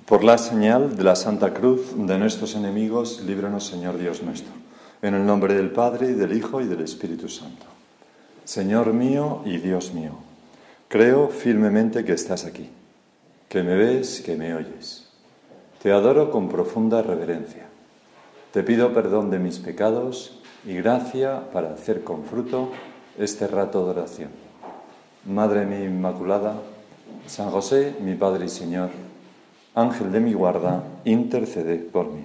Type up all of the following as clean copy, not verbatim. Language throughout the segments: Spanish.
Por la señal de la Santa Cruz de nuestros enemigos, líbranos, Señor Dios nuestro. En el nombre del Padre, y del Hijo, y del Espíritu Santo. Señor mío y Dios mío, creo firmemente que estás aquí, que me ves, que me oyes. Te adoro con profunda reverencia. Te pido perdón de mis pecados y gracia para hacer con fruto este rato de oración. Madre mía Inmaculada, San José, mi Padre y Señor, Ángel de mi guarda, intercede por mí.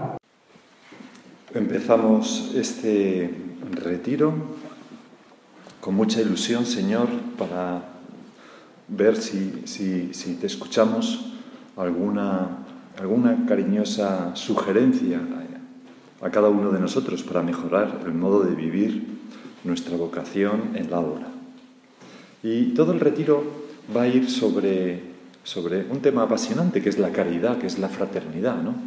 Empezamos este retiro con mucha ilusión, Señor, para ver si te escuchamos alguna cariñosa sugerencia a cada uno de nosotros para mejorar el modo de vivir nuestra vocación en la obra. Y todo el retiro va a ir sobre un tema apasionante, que es la caridad, que es la fraternidad, ¿no?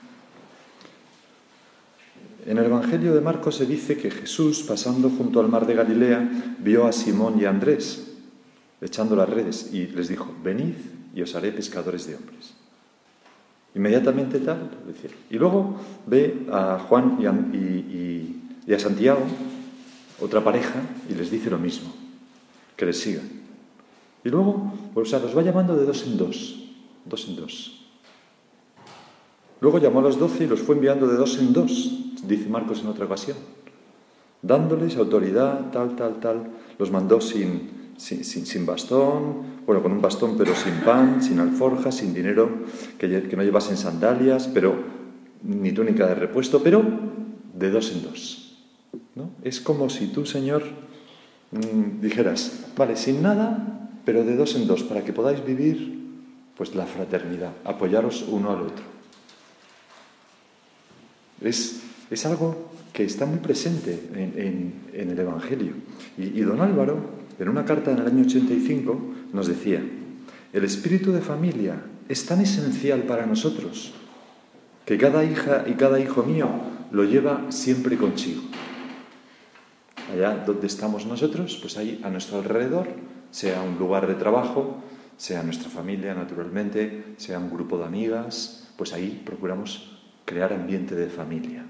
En el Evangelio de Marcos se dice que Jesús, pasando junto al mar de Galilea, vio a Simón y a Andrés echando las redes y les dijo: venid y os haré pescadores de hombres. Inmediatamente tal, y luego ve a Juan y a Santiago, otra pareja, y les dice lo mismo, que les sigan. Y luego, los va llamando de dos en dos. Luego llamó a los 12 y los fue enviando de dos en dos, dice Marcos en otra ocasión, dándoles autoridad, tal. Los mandó sin bastón, bueno, con un bastón pero sin pan, sin alforja, sin dinero, que no llevasen sandalias, pero ni túnica de repuesto, pero de dos en dos, ¿no? Es como si tú, Señor, dijeras, vale, sin nada, pero de dos en dos, para que podáis vivir pues la fraternidad, apoyaros uno al otro. Es algo que está muy presente en el Evangelio. Y don Álvaro, en una carta en el año 85, nos decía: el espíritu de familia es tan esencial para nosotros que cada hija y cada hijo mío lo lleva siempre consigo. Allá donde estamos nosotros, pues ahí a nuestro alrededor, sea un lugar de trabajo, sea nuestra familia, naturalmente, sea un grupo de amigas, pues ahí procuramos crear ambiente de familia,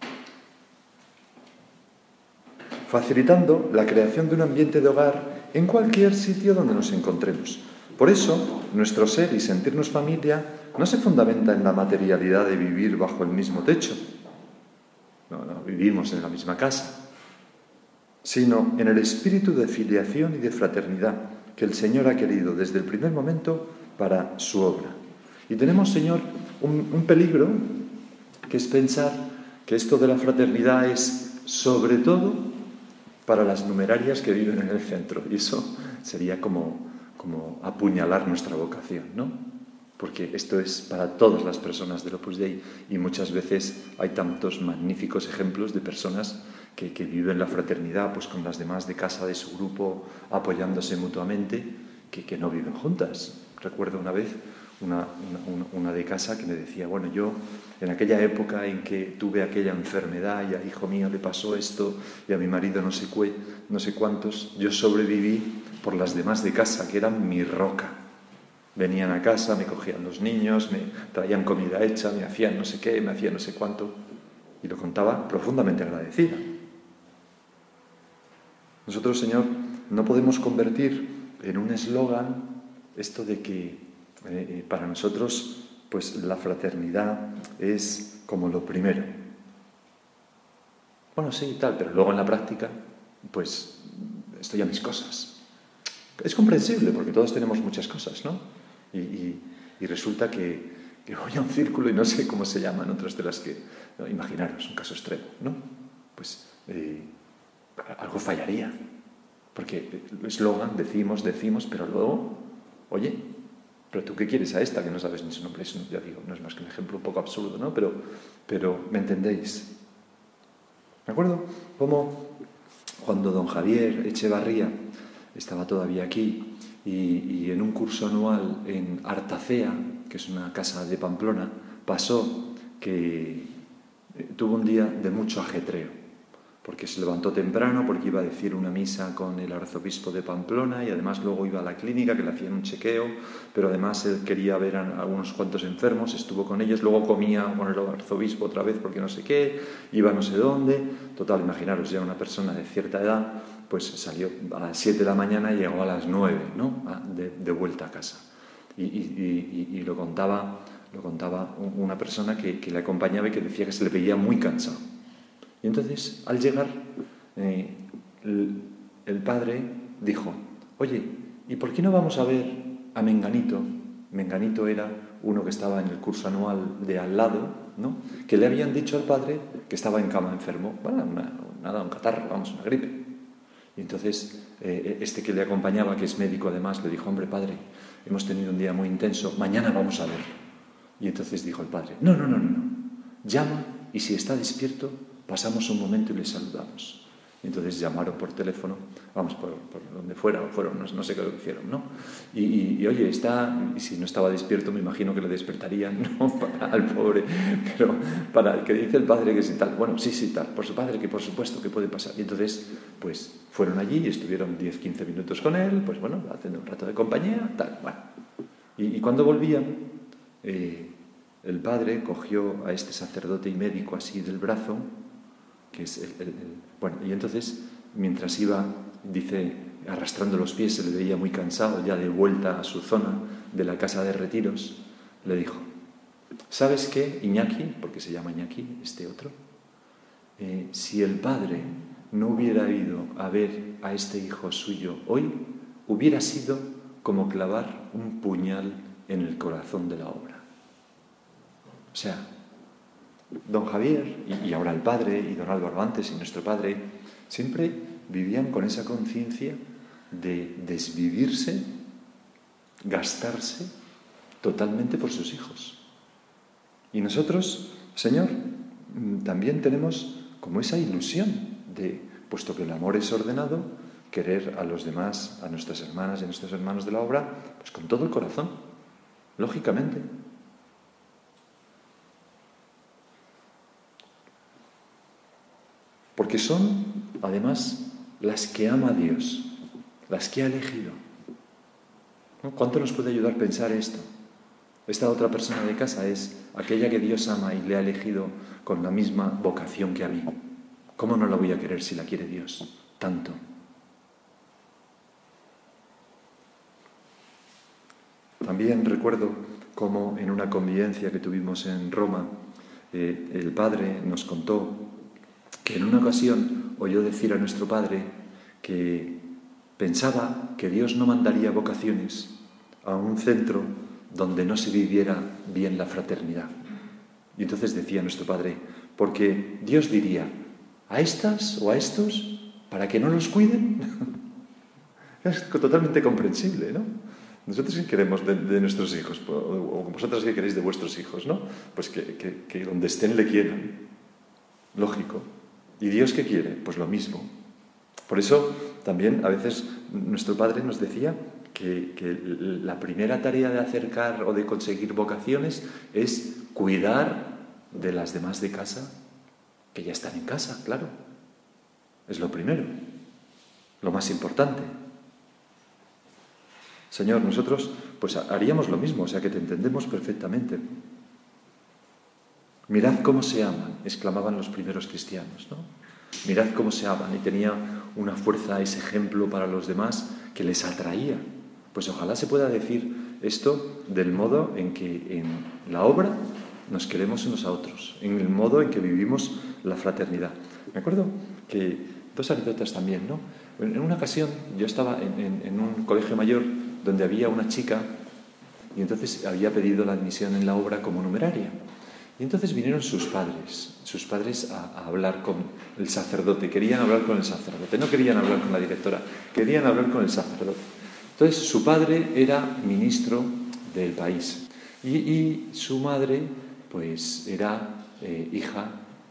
facilitando la creación de un ambiente de hogar en cualquier sitio donde nos encontremos. Por eso, nuestro ser y sentirnos familia no se fundamenta en la materialidad de vivir bajo el mismo techo, no vivimos en la misma casa, sino en el espíritu de filiación y de fraternidad que el Señor ha querido desde el primer momento para su obra. Y tenemos, Señor, un peligro, que es pensar que esto de la fraternidad es sobre todo para las numerarias que viven en el centro. Y eso sería como apuñalar nuestra vocación, ¿no? Porque esto es para todas las personas del Opus Dei, y muchas veces hay tantos magníficos ejemplos de personas que viven la fraternidad pues con las demás de casa de su grupo, apoyándose mutuamente, que no viven juntas. Recuerdo una vez una de casa que me decía: bueno, yo en aquella época en que tuve aquella enfermedad y a hijo mío le pasó esto y a mi marido no sé cuántos, yo sobreviví por las demás de casa, que eran mi roca. Venían a casa, me cogían los niños, me traían comida hecha, me hacían no sé qué, me hacían no sé cuánto, y lo contaba profundamente agradecida. Nosotros, Señor, no podemos convertir en un eslogan esto de que para nosotros pues la fraternidad es como lo primero. Bueno, sí, tal, pero luego en la práctica pues estoy a mis cosas. Es comprensible porque todos tenemos muchas cosas, ¿no? Y resulta que voy a un círculo y no sé cómo se llaman otras de las que... No, imaginaros un caso extremo, ¿no? Pues algo fallaría. Porque el eslogan decimos, pero luego, oye, ¿pero tú qué quieres a esta que no sabes ni su nombre? Eso, ya digo, no es más que un ejemplo un poco absurdo, ¿no? Pero ¿me entendéis? Me acuerdo cómo cuando don Javier Echevarría estaba todavía aquí y en un curso anual en Artacea, que es una casa de Pamplona, pasó que tuvo un día de mucho ajetreo. porque se levantó temprano, porque iba a decir una misa con el arzobispo de Pamplona y además luego iba a la clínica que le hacían un chequeo, pero además él quería ver a unos cuantos enfermos, estuvo con ellos, luego comía con el arzobispo otra vez porque no sé qué, iba no sé dónde. Total, imaginaros, ya una persona de cierta edad, pues salió a las 7 de la mañana y llegó a las 9, ¿no? De vuelta a casa. Y lo contaba una persona que le acompañaba y que decía que se le veía muy cansado. Y entonces, al llegar, el padre dijo: oye, ¿y por qué no vamos a ver a Menganito? Menganito era uno que estaba en el curso anual de al lado, ¿no? Que le habían dicho al padre que estaba en cama enfermo. Bueno, un catarro, una gripe. Y entonces, este que le acompañaba, que es médico además, le dijo: hombre, padre, hemos tenido un día muy intenso, mañana vamos a ver. Y entonces dijo el padre: no, llama y si está despierto, pasamos un momento y le saludamos. Y entonces llamaron por teléfono, por donde fueron, no sé qué lo hicieron, ¿no? Y oye, y si no estaba despierto, me imagino que le despertarían, ¿no? Al pobre, pero para el que dice el padre que sí tal, bueno, sí, tal, por su padre, que por supuesto que puede pasar. Y entonces, pues, fueron allí y estuvieron 10-15 minutos con él, pues bueno, haciendo un rato de compañía, tal, bueno. Y cuando volvían, el padre cogió a este sacerdote y médico así del brazo, que es bueno, y entonces, mientras iba, dice, arrastrando los pies, se le veía muy cansado, ya de vuelta a su zona de la casa de retiros, le dijo: ¿sabes qué, Iñaki? Porque se llama Iñaki, este otro. Si el padre no hubiera ido a ver a este hijo suyo hoy, hubiera sido como clavar un puñal en el corazón de la obra. O sea, don Javier y ahora el padre y don Álvaro antes y nuestro padre siempre vivían con esa conciencia de desvivirse, gastarse totalmente por sus hijos. Y nosotros, Señor, también tenemos como esa ilusión de, puesto que el amor es ordenado, querer a los demás, a nuestras hermanas y a nuestros hermanos de la obra, pues con todo el corazón, lógicamente. Porque son, además, las que ama Dios, las que ha elegido. ¿No? ¿Cuánto nos puede ayudar pensar esto? Esta otra persona de casa es aquella que Dios ama y le ha elegido con la misma vocación que a mí. ¿Cómo no la voy a querer si la quiere Dios tanto? También recuerdo cómo en una convivencia que tuvimos en Roma, el padre nos contó que en una ocasión oyó decir a nuestro padre que pensaba que Dios no mandaría vocaciones a un centro donde no se viviera bien la fraternidad. Y entonces decía nuestro padre: porque Dios diría, a estas o a estos, para que no los cuiden. Es totalmente comprensible, ¿no? Nosotros qué queremos de nuestros hijos, o vosotros qué queréis de vuestros hijos, ¿no? Pues que donde estén le quieran. Lógico. ¿Y Dios qué quiere? Pues lo mismo. Por eso también a veces nuestro padre nos decía que la primera tarea de acercar o de conseguir vocaciones es cuidar de las demás de casa, que ya están en casa, claro. Es lo primero, lo más importante. Señor, nosotros pues haríamos lo mismo, o sea que te entendemos perfectamente. Mirad cómo se aman, exclamaban los primeros cristianos, ¿no? Mirad cómo se aman, y tenía una fuerza ese ejemplo para los demás que les atraía. Pues ojalá se pueda decir esto del modo en que en la obra nos queremos unos a otros, en el modo en que vivimos la fraternidad. Me acuerdo que, dos anécdotas también, ¿no? En una ocasión yo estaba en un colegio mayor donde había una chica y entonces había pedido la admisión en la obra como numeraria. Y entonces vinieron sus padres a hablar con el sacerdote. Querían hablar con el sacerdote, no querían hablar con la directora, querían hablar con el sacerdote. Entonces su padre era ministro del país y su madre pues era hija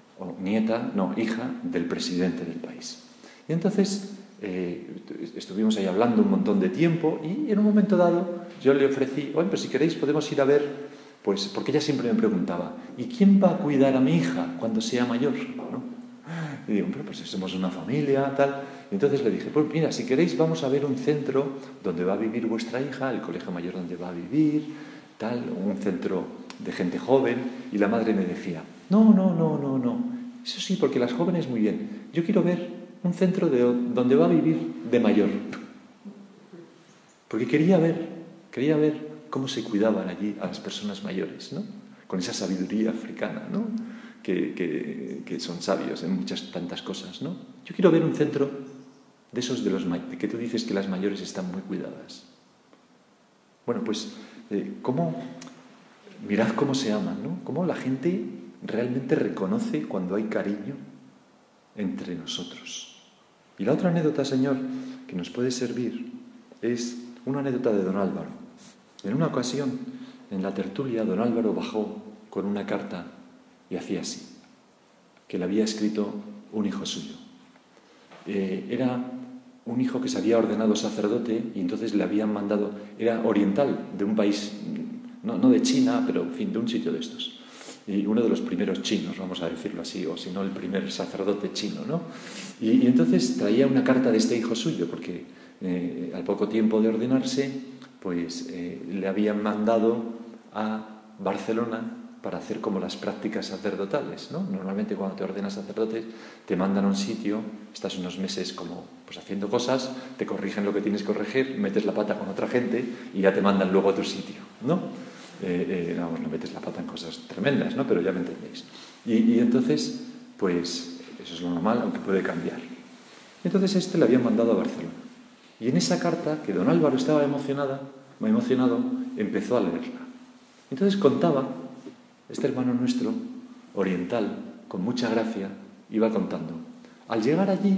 del presidente del país. Y entonces estuvimos ahí hablando un montón de tiempo y en un momento dado yo le ofrecí: oye, pero si queréis podemos ir a ver, pues porque ella siempre me preguntaba, ¿y quién va a cuidar a mi hija cuando sea mayor? ¿No? Y digo, pero pues somos una familia, tal. Y entonces le dije, pues mira, si queréis vamos a ver un centro donde va a vivir vuestra hija, el colegio mayor donde va a vivir, tal, un centro de gente joven. Y la madre me decía, no. Eso sí, porque las jóvenes muy bien. Yo quiero ver un centro donde va a vivir de mayor. Porque quería ver cómo se cuidaban allí a las personas mayores, ¿no? Con esa sabiduría africana, ¿no? Que son sabios en tantas cosas, ¿no? Yo quiero ver un centro de esos de que tú dices que las mayores están muy cuidadas. Bueno, pues, mirad cómo se aman, ¿no? Cómo la gente realmente reconoce cuando hay cariño entre nosotros. Y la otra anécdota, Señor, que nos puede servir es una anécdota de don Álvaro. En una ocasión, en la tertulia, don Álvaro bajó con una carta y hacía así, que le había escrito un hijo suyo. Era un hijo que se había ordenado sacerdote y entonces le habían mandado, era oriental, de un país, no de China, pero en fin, de un sitio de estos. Y uno de los primeros chinos, vamos a decirlo así, o si no el primer sacerdote chino, ¿no? Y entonces traía una carta de este hijo suyo, porque al poco tiempo de ordenarse, pues le habían mandado a Barcelona para hacer como las prácticas sacerdotales, ¿no? Normalmente cuando te ordenas sacerdote te mandan a un sitio, estás unos meses como pues haciendo cosas, te corrigen lo que tienes que corregir, metes la pata con otra gente y ya te mandan luego a otro sitio, ¿no? No metes la pata en cosas tremendas, ¿no? Pero ya me entendéis. Y entonces, pues eso es lo normal, aunque puede cambiar. Entonces le habían mandado a Barcelona. Y en esa carta, que don Álvaro estaba emocionado, empezó a leerla. Entonces contaba, este hermano nuestro, oriental, con mucha gracia, iba contando. Al llegar allí,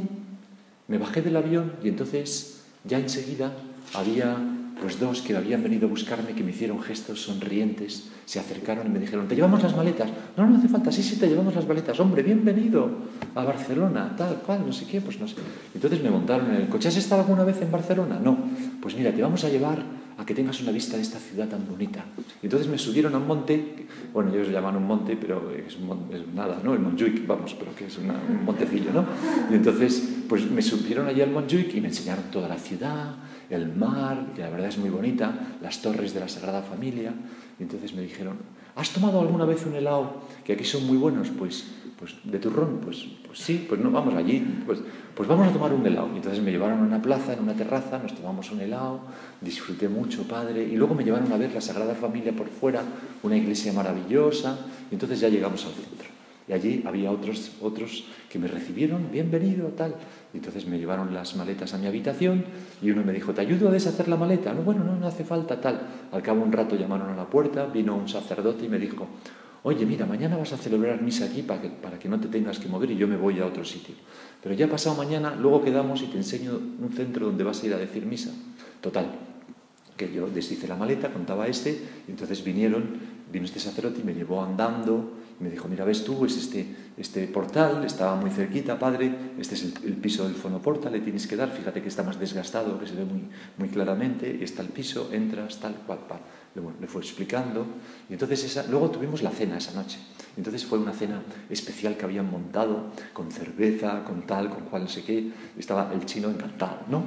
me bajé del avión y entonces ya enseguida había pues dos que habían venido a buscarme, que me hicieron gestos sonrientes, se acercaron y me dijeron, ¿te llevamos las maletas? No hace falta, sí, te llevamos las maletas. Hombre, bienvenido a Barcelona, tal cual, no sé qué, pues no sé. Entonces me montaron en el coche. ¿Has estado alguna vez en Barcelona? No. Pues mira, te vamos a llevar a que tengas una vista de esta ciudad tan bonita. Y entonces me subieron a un monte, bueno, ellos llaman un monte, pero es nada, ¿no? El Montjuic, vamos, pero que es un montecillo, ¿no? Y entonces, pues me subieron allí al Montjuic y me enseñaron toda la ciudad, el mar, que la verdad es muy bonita, las torres de la Sagrada Familia. Y entonces me dijeron, ¿has tomado alguna vez un helado? Que aquí son muy buenos, pues de turrón, pues sí, pues no, vamos allí, pues vamos a tomar un helado. Y entonces me llevaron a una plaza, en una terraza, nos tomamos un helado, disfruté mucho, padre, y luego me llevaron a ver la Sagrada Familia por fuera, una iglesia maravillosa, y entonces ya llegamos al centro. Y allí había otros que me recibieron, bienvenido, tal. Y entonces me llevaron las maletas a mi habitación y uno me dijo, ¿te ayudo a deshacer la maleta? No, bueno, no hace falta, tal. Al cabo de un rato llamaron a la puerta, vino un sacerdote y me dijo, oye, mira, mañana vas a celebrar misa aquí para que no te tengas que mover y yo me voy a otro sitio. Pero ya pasado mañana, luego quedamos y te enseño un centro donde vas a ir a decir misa. Total, que yo deshice la maleta, contaba y entonces vino este sacerdote y me llevó andando y me dijo, mira, ves tú, es este portal, estaba muy cerquita, padre, este es el piso del fonoporta, le tienes que dar, fíjate que está más desgastado, que se ve muy, muy claramente, y está el piso, entras, tal, cual. Le fue explicando, y entonces luego tuvimos la cena esa noche. Entonces fue una cena especial que habían montado, con cerveza, con tal, con cual, no sé qué, estaba el chino encantado, ¿no?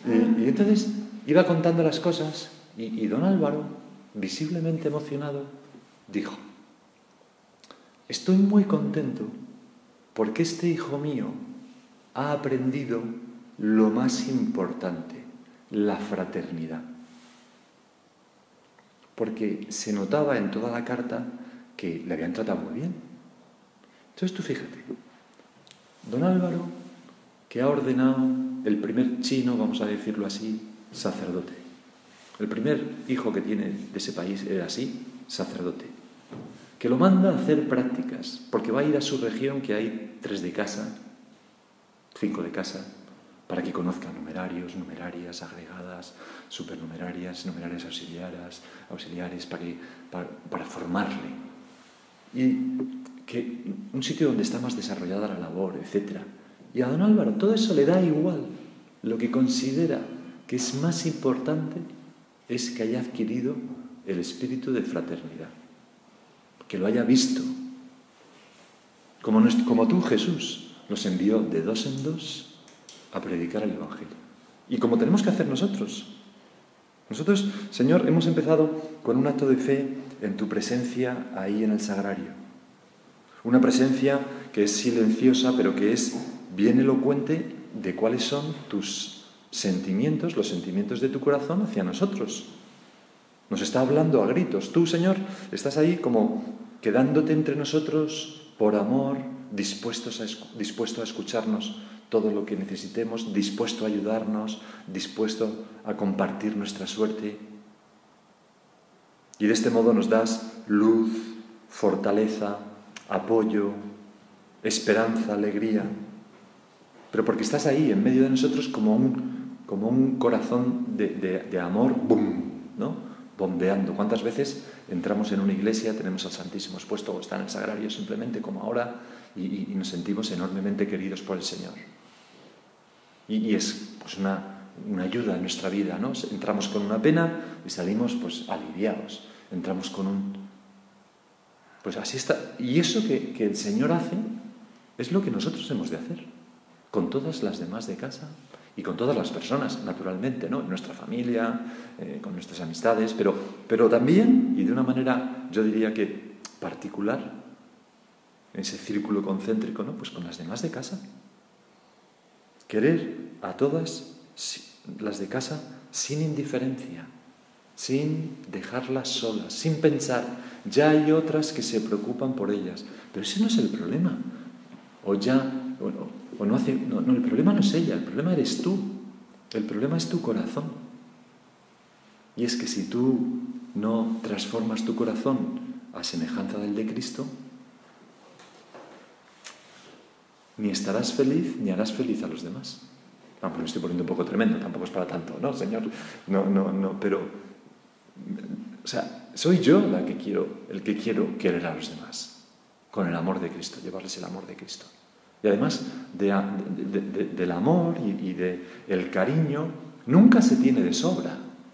Y entonces iba contando las cosas, y don Álvaro, visiblemente emocionado, dijo, estoy muy contento porque este hijo mío ha aprendido lo más importante, la fraternidad. Porque se notaba en toda la carta que le habían tratado muy bien. Entonces tú fíjate, don Álvaro, que ha ordenado el primer chino, vamos a decirlo así, sacerdote. El primer hijo que tiene de ese país era así, sacerdote. Que lo manda a hacer prácticas, porque va a ir a su región, que hay 3 de casa, 5 de casa, para que conozca numerarios, numerarias, agregadas, supernumerarias, numerarias auxiliares, para formarle. Y que un sitio donde está más desarrollada la labor, etc. Y a don Álvaro todo eso le da igual. Lo que considera que es más importante es que haya adquirido el espíritu de fraternidad, que lo haya visto. Como tú, Jesús, Nos envió de dos en dos a predicar el Evangelio. Y como tenemos que hacer nosotros. Nosotros, Señor, hemos empezado con un acto de fe en tu presencia ahí en el sagrario. Una presencia que es silenciosa, pero que es bien elocuente de cuáles son tus sentimientos, los sentimientos de tu corazón hacia nosotros. Nos está hablando a gritos. Tú, Señor, estás ahí como quedándote entre nosotros por amor, dispuesto a escucharnos todo lo que necesitemos, dispuesto a ayudarnos, dispuesto a compartir nuestra suerte. Y de este modo nos das luz, fortaleza, apoyo, esperanza, alegría. Pero porque estás ahí en medio de nosotros como un corazón de amor, ¡bum!, ¿no?, bombeando. ¿Cuántas veces entramos en una iglesia, tenemos al Santísimo expuesto o está en el sagrario simplemente como ahora y nos sentimos enormemente queridos por el Señor? Y es pues una ayuda en nuestra vida, ¿no? Entramos con una pena y salimos pues aliviados. Entramos con pues así está. Y eso que el Señor hace es lo que nosotros hemos de hacer con todas las demás de casa y con todas las personas, naturalmente, ¿no? En nuestra familia, con nuestras amistades, pero también, y de una manera, yo diría que particular, en ese círculo concéntrico, ¿no?, pues con las demás de casa. Querer a todas las de casa sin indiferencia, sin dejarlas solas, sin pensar, ya hay otras que se preocupan por ellas. Pero ese no es el problema. El problema no es ella, el problema eres tú. El problema es tu corazón. Y es que si tú no transformas tu corazón a semejanza del de Cristo, ni estarás feliz ni harás feliz a los demás. Pues me estoy poniendo un poco tremendo, tampoco es para tanto, ¿no, Señor? No, pero, o sea, soy yo el que quiero querer a los demás, con el amor de Cristo, llevarles el amor de Cristo. Y además del amor y del cariño nunca se tiene de sobra.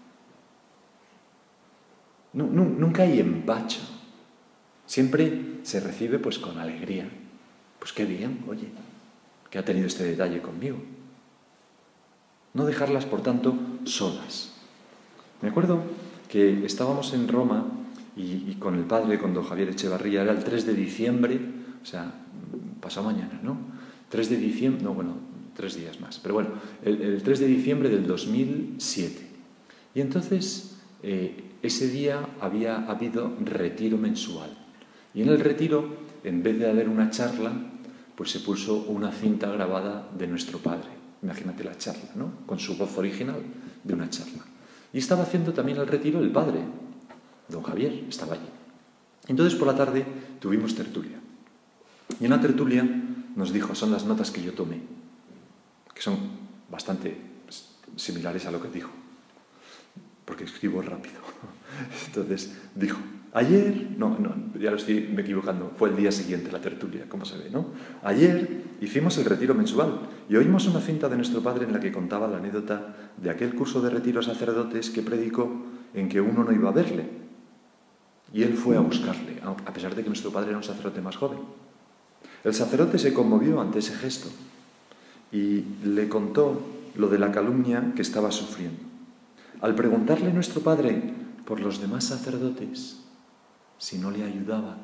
Nunca hay empacho. Siempre se recibe pues con alegría. Pues qué bien, oye, que ha tenido este detalle conmigo. No dejarlas, por tanto, solas. Me acuerdo que estábamos en Roma y con el padre, con don Javier Echevarría, era el 3 de diciembre, o sea, pasado mañana, ¿no? 3 de diciembre, 3 días más, pero bueno, el 3 de diciembre del 2007. Y entonces, ese día había habido retiro mensual. Y en el retiro, en vez de haber una charla, pues se puso una cinta grabada de nuestro padre. Imagínate la charla, ¿no?, con su voz original de una charla. Y estaba haciendo también el retiro el padre, don Javier, estaba allí. Entonces, por la tarde, tuvimos tertulia. Y en la tertulia nos dijo, son las notas que yo tomé, que son bastante similares a lo que dijo, porque escribo rápido. Entonces dijo, ayer, ya lo estoy me equivocando, fue el día siguiente la tertulia, como se ve, ¿no? Ayer hicimos el retiro mensual y oímos una cinta de nuestro padre en la que contaba la anécdota de aquel curso de retiro a sacerdotes que predicó en que uno no iba a verle. Y él fue a buscarle, a pesar de que nuestro padre era un sacerdote más joven. El sacerdote se conmovió ante ese gesto y le contó lo de la calumnia que estaba sufriendo. Al preguntarle nuestro padre por los demás sacerdotes, si no le ayudaban,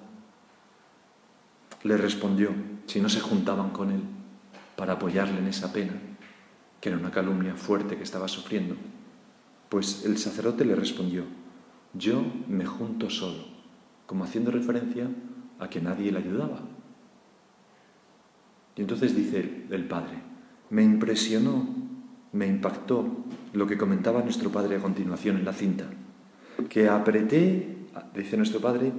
le respondió, si no se juntaban con él para apoyarle en esa pena, que era una calumnia fuerte que estaba sufriendo, pues el sacerdote le respondió, yo me junto solo, como haciendo referencia a que nadie le ayudaba. Y entonces dice el padre, me impresionó, me impactó lo que comentaba nuestro padre a continuación en la cinta, que dice nuestro padre,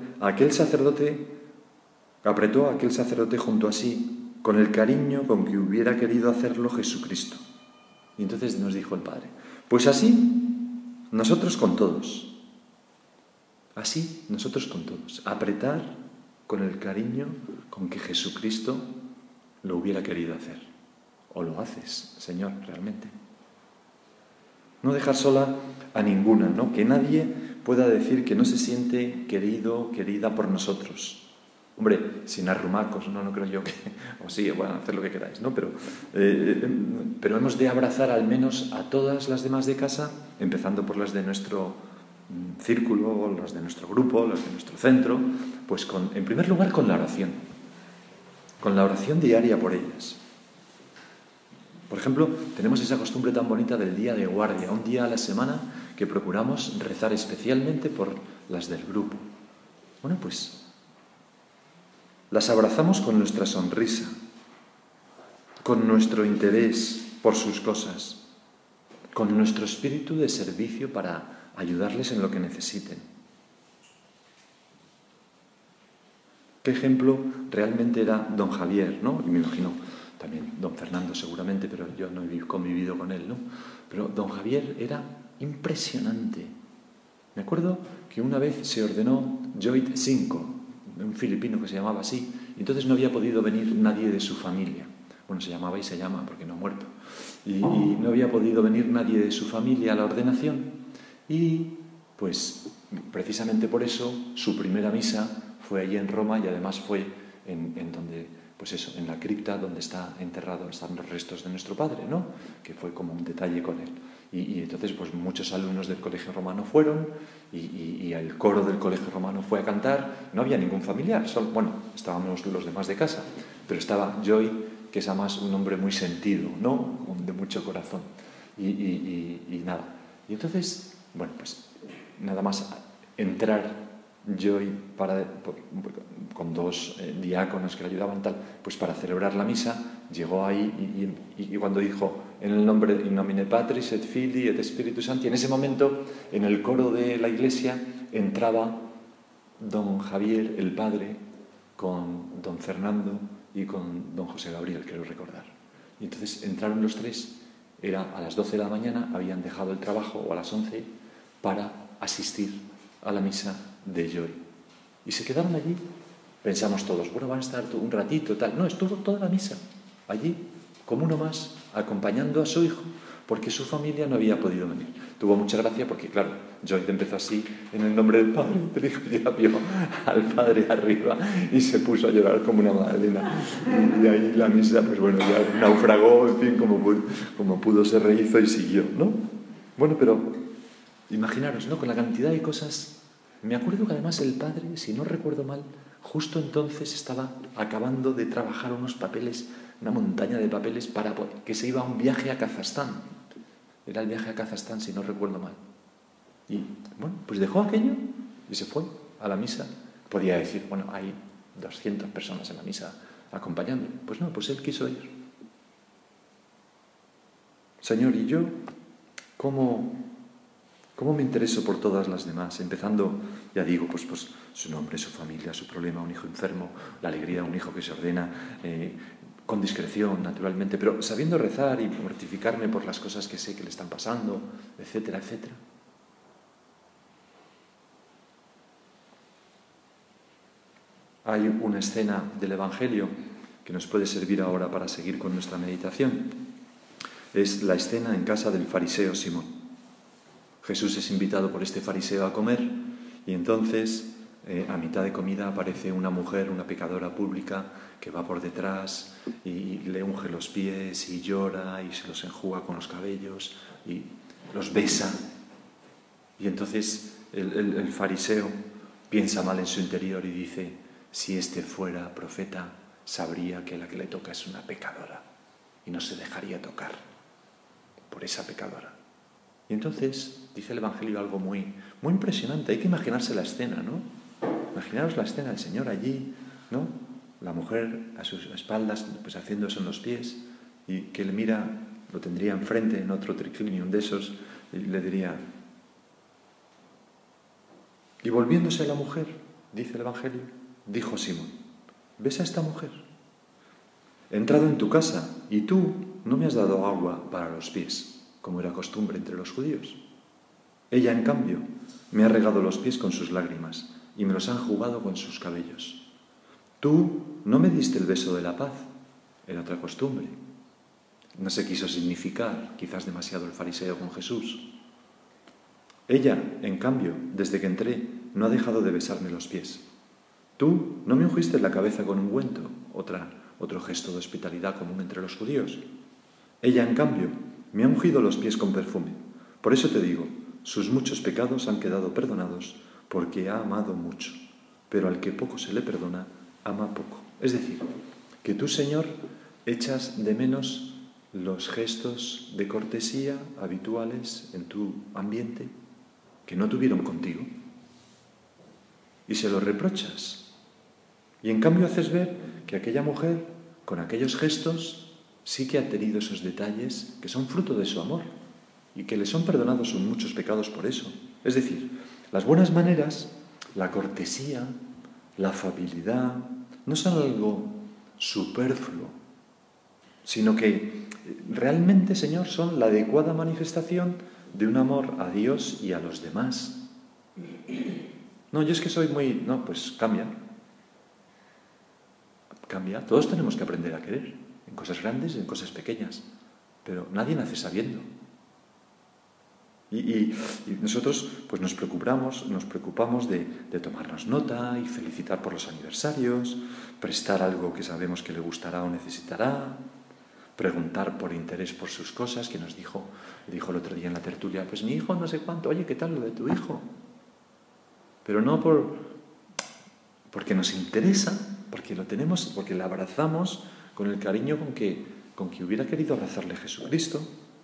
apretó a aquel sacerdote junto a sí, con el cariño con que hubiera querido hacerlo Jesucristo. Y entonces nos dijo el padre, pues así, nosotros con todos. Así, nosotros con todos. Apretar con el cariño con que Jesucristo lo hubiera querido hacer. O lo haces, Señor, realmente. No dejar sola a ninguna, ¿no? Que nadie pueda decir que no se siente querido, querida por nosotros. Hombre, sin arrumacos, no creo yo que... O sí, bueno, hacer lo que queráis, ¿no? Pero hemos de abrazar al menos a todas las demás de casa, empezando por las de nuestro círculo, los de nuestro grupo, los de nuestro centro, pues en primer lugar con la oración diaria por ellas. Por ejemplo, tenemos esa costumbre tan bonita del día de guardia, un día a la semana que procuramos rezar especialmente por las del grupo. Bueno, pues las abrazamos con nuestra sonrisa, con nuestro interés por sus cosas, con nuestro espíritu de servicio para ayudarles en lo que necesiten. ¿Qué ejemplo realmente era don Javier, ¿no? Y me imagino también don Fernando seguramente, pero yo no he convivido con él, ¿no? Pero don Javier era impresionante. Me acuerdo que una vez se ordenó Joit 5, un filipino que se llamaba así, y entonces no había podido venir nadie de su familia. Bueno, se llamaba y se llama porque no ha muerto. Y no había podido venir nadie de su familia a la ordenación, y pues precisamente por eso su primera misa fue allí en Roma, y además fue en donde, pues eso, en la cripta donde están los restos de nuestro padre, ¿no? Que fue como un detalle con él. Y entonces pues muchos alumnos del colegio romano fueron, y el coro del colegio romano fue a cantar. No había ningún familiar, estábamos los demás de casa, pero estaba Joy, que es además un hombre muy sentido, ¿no? De mucho corazón. Y nada. Y entonces, bueno, pues nada más entrar Joy con dos diáconos que le ayudaban tal, pues para celebrar la misa, llegó ahí y cuando dijo en el nombre in nomine Patris et Filii et Spiritus Sancti, en ese momento en el coro de la iglesia entraba don Javier el padre con don Fernando y con don José Gabriel, quiero recordar. Y entonces entraron los tres, era a las 12 de la mañana, habían dejado el trabajo, o a las 11, para asistir a la misa de Joy. Y se quedaron allí. Pensamos todos, bueno, van a estar un ratito, tal. No, estuvo toda la misa allí, como uno más, acompañando a su hijo, porque su familia no había podido venir. Tuvo mucha gracia porque, claro, Joy empezó así, en el nombre del Padre, del Hijo, y ya vio al Padre arriba y se puso a llorar como una magdalena. Y ahí la misa, pues bueno, ya naufragó, en fin, como pudo se rehizo y siguió, ¿no? Bueno, pero imaginaros, ¿no? Con la cantidad de cosas. Me acuerdo que además el padre, si no recuerdo mal, justo entonces estaba acabando de trabajar unos papeles, una montaña de papeles, para que se iba a un viaje a Kazajstán. Era el viaje a Kazajstán, si no recuerdo mal. Y bueno, pues dejó aquello y se fue a la misa. Podía decir, bueno, hay 200 personas en la misa acompañándole. Pues no, pues él quiso ir. Señor, ¿y yo cómo me intereso por todas las demás? Empezando, ya digo, pues su nombre, su familia, su problema, un hijo enfermo, la alegría de un hijo que se ordena, con discreción, naturalmente, pero sabiendo rezar y mortificarme por las cosas que sé que le están pasando, etcétera, etcétera. Hay una escena del Evangelio que nos puede servir ahora para seguir con nuestra meditación. Es la escena en casa del fariseo Simón. Jesús es invitado por este fariseo a comer, y entonces a mitad de comida aparece una mujer, una pecadora pública, que va por detrás y le unge los pies y llora y se los enjuga con los cabellos y los besa. Y entonces el fariseo piensa mal en su interior y dice: si este fuera profeta, sabría que la que le toca es una pecadora y no se dejaría tocar por esa pecadora. Y entonces dice el Evangelio algo muy, muy impresionante. Hay que imaginarse la escena, ¿no? Imaginaros la escena, el Señor allí, ¿no? La mujer a sus espaldas, pues haciendo eso en los pies, y que le mira, lo tendría enfrente en otro triclinium de esos, y le diría... Y volviéndose a la mujer, dice el Evangelio, dijo Simón: ¿ves a esta mujer? He entrado en tu casa y tú no me has dado agua para los pies, como era costumbre entre los judíos. Ella, en cambio, me ha regado los pies con sus lágrimas y me los ha enjugado con sus cabellos. Tú no me diste el beso de la paz, era otra costumbre. No se quiso significar, quizás demasiado, el fariseo con Jesús. Ella, en cambio, desde que entré, no ha dejado de besarme los pies. Tú no me ungiste la cabeza con ungüento, otro gesto de hospitalidad común entre los judíos. Ella, en cambio, me ha ungido los pies con perfume. Por eso te digo, sus muchos pecados han quedado perdonados porque ha amado mucho. Pero al que poco se le perdona, ama poco. Es decir, que tú, Señor, echas de menos los gestos de cortesía habituales en tu ambiente que no tuvieron contigo. Y se los reprochas. Y en cambio haces ver que aquella mujer, con aquellos gestos, sí que ha tenido esos detalles que son fruto de su amor y que le son perdonados sus muchos pecados por eso. Es decir, las buenas maneras, la cortesía, la afabilidad, no son algo superfluo, sino que realmente, Señor, son la adecuada manifestación de un amor a Dios y a los demás. No, yo es que soy muy... No, pues cambia. Cambia. Todos tenemos que aprender a querer, en cosas grandes y en cosas pequeñas, pero nadie nace sabiendo. Y nosotros pues nos preocupamos de tomarnos nota y felicitar por los aniversarios, prestar algo que sabemos que le gustará o necesitará, preguntar por interés por sus cosas, que dijo el otro día en la tertulia, pues mi hijo no sé cuánto, oye, ¿qué tal lo de tu hijo? Pero no porque nos interesa, porque lo tenemos, porque le abrazamos con el cariño con que hubiera querido abrazarle Jesucristo.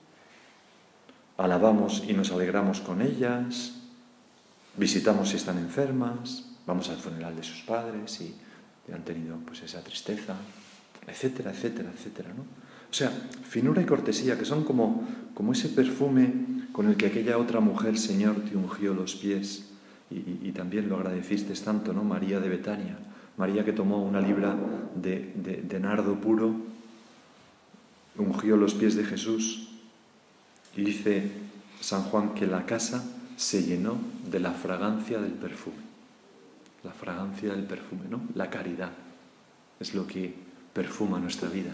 Alabamos y nos alegramos con ellas, visitamos si están enfermas, vamos al funeral de sus padres y han tenido pues esa tristeza, etcétera, etcétera, etcétera, ¿no? O sea, finura y cortesía, que son como ese perfume con el que aquella otra mujer, Señor, te ungió los pies y también lo agradeciste tanto, ¿no? María de Betania, María que tomó una libra de nardo puro, ungió los pies de Jesús. Y dice San Juan que la casa se llenó de la fragancia del perfume. La fragancia del perfume, ¿no? La caridad es lo que perfuma nuestra vida.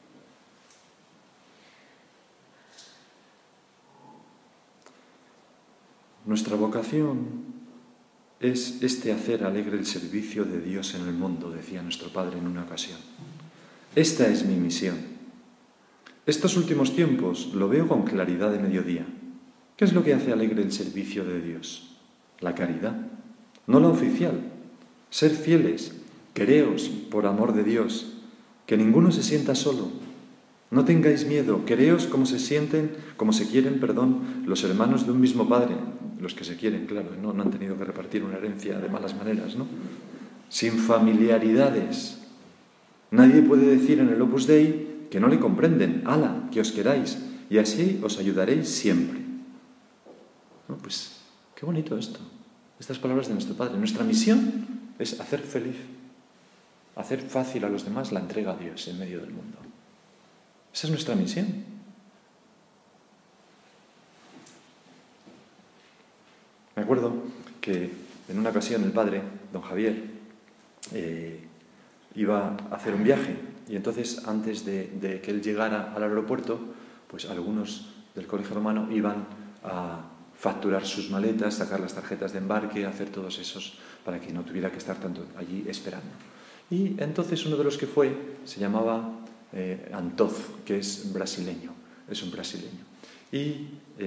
Nuestra vocación es hacer alegre el servicio de Dios en el mundo, decía nuestro Padre en una ocasión. Esta es mi misión. Estos últimos tiempos lo veo con claridad de mediodía. ¿Qué es lo que hace alegre el servicio de Dios? La caridad, no la oficial. Ser fieles, quereos por amor de Dios, que ninguno se sienta solo. No tengáis miedo, quereos como se quieren, los hermanos de un mismo Padre, los que se quieren, claro, no han tenido que repartir una herencia de malas maneras, ¿no? Sin familiaridades. Nadie puede decir en el Opus Dei que no le comprenden, ¡hala!, que os queráis, y así os ayudaréis siempre. No, pues, qué bonito esto, estas palabras de nuestro Padre. Nuestra misión es hacer feliz, hacer fácil a los demás la entrega a Dios en medio del mundo. Esa es nuestra misión. Me acuerdo que en una ocasión el padre, don Javier, iba a hacer un viaje y entonces antes de que él llegara al aeropuerto, pues algunos del Colegio Romano iban a facturar sus maletas, sacar las tarjetas de embarque, hacer todos esos para que no tuviera que estar tanto allí esperando. Y entonces uno de los que fue se llamaba Antoz, que es un brasileño. Y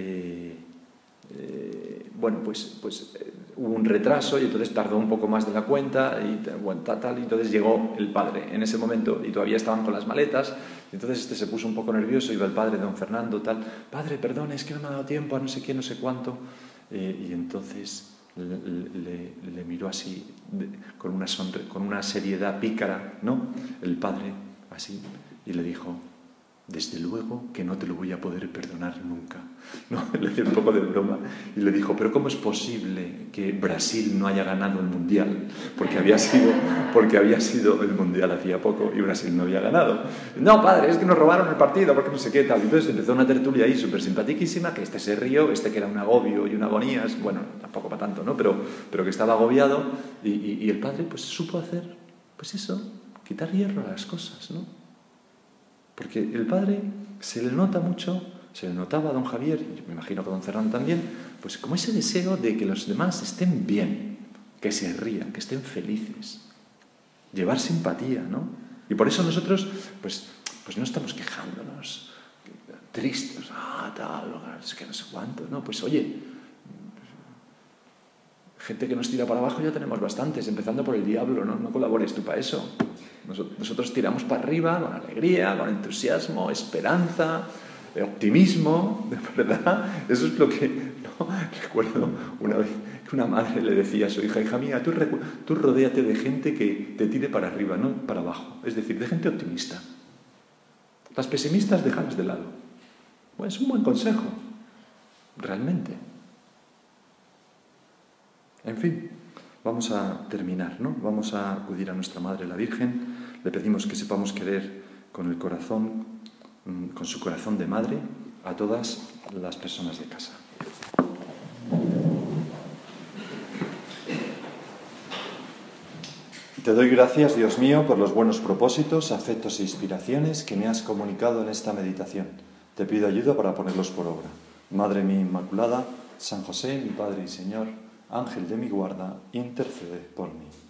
bueno, pues hubo un retraso y entonces tardó un poco más de la cuenta y entonces llegó el padre en ese momento y todavía estaban con las maletas y entonces se puso un poco nervioso, iba el padre, don Fernando, padre, perdón, es que no me ha dado tiempo a no sé qué, no sé cuánto, y entonces le miró así con una seriedad pícara, ¿no? El padre así y le dijo: desde luego que no te lo voy a poder perdonar nunca, ¿no? Le hice un poco de broma y le dijo: pero ¿cómo es posible que Brasil no haya ganado el Mundial? Porque había sido el Mundial hacía poco y Brasil no había ganado. No, padre, es que nos robaron el partido, porque no sé qué tal. Entonces empezó una tertulia ahí súper simpaticísima, que se rió, que era un agobio y una agonía, bueno, tampoco para tanto, ¿no? Pero que estaba agobiado y el padre pues supo hacer, pues eso, quitar hierro a las cosas, ¿no? Porque el padre se le nota mucho, se le notaba a don Javier, y me imagino que a don Fernando también, pues como ese deseo de que los demás estén bien, que se rían, que estén felices, llevar simpatía, ¿no? Y por eso nosotros, pues no estamos quejándonos, tristes, tal, es que no sé cuánto, ¿no? Pues oye, gente que nos tira para abajo ya tenemos bastantes, empezando por el diablo, ¿no? No colabores tú para eso. Nosotros tiramos para arriba con alegría, con entusiasmo, esperanza, optimismo, de verdad. Eso es lo que... ¿no? Recuerdo una vez que una madre le decía a su hija: hija mía, tú rodéate de gente que te tire para arriba, no para abajo. Es decir, de gente optimista. Las pesimistas déjalas de lado. Bueno, es un buen consejo, realmente. En fin, vamos a terminar, ¿no? Vamos a acudir a nuestra Madre la Virgen. Le pedimos que sepamos querer con el corazón, con su corazón de madre, a todas las personas de casa. Te doy gracias, Dios mío, por los buenos propósitos, afectos e inspiraciones que me has comunicado en esta meditación. Te pido ayuda para ponerlos por obra. Madre mía Inmaculada, San José, mi Padre y Señor, Ángel de mi guarda, intercede por mí.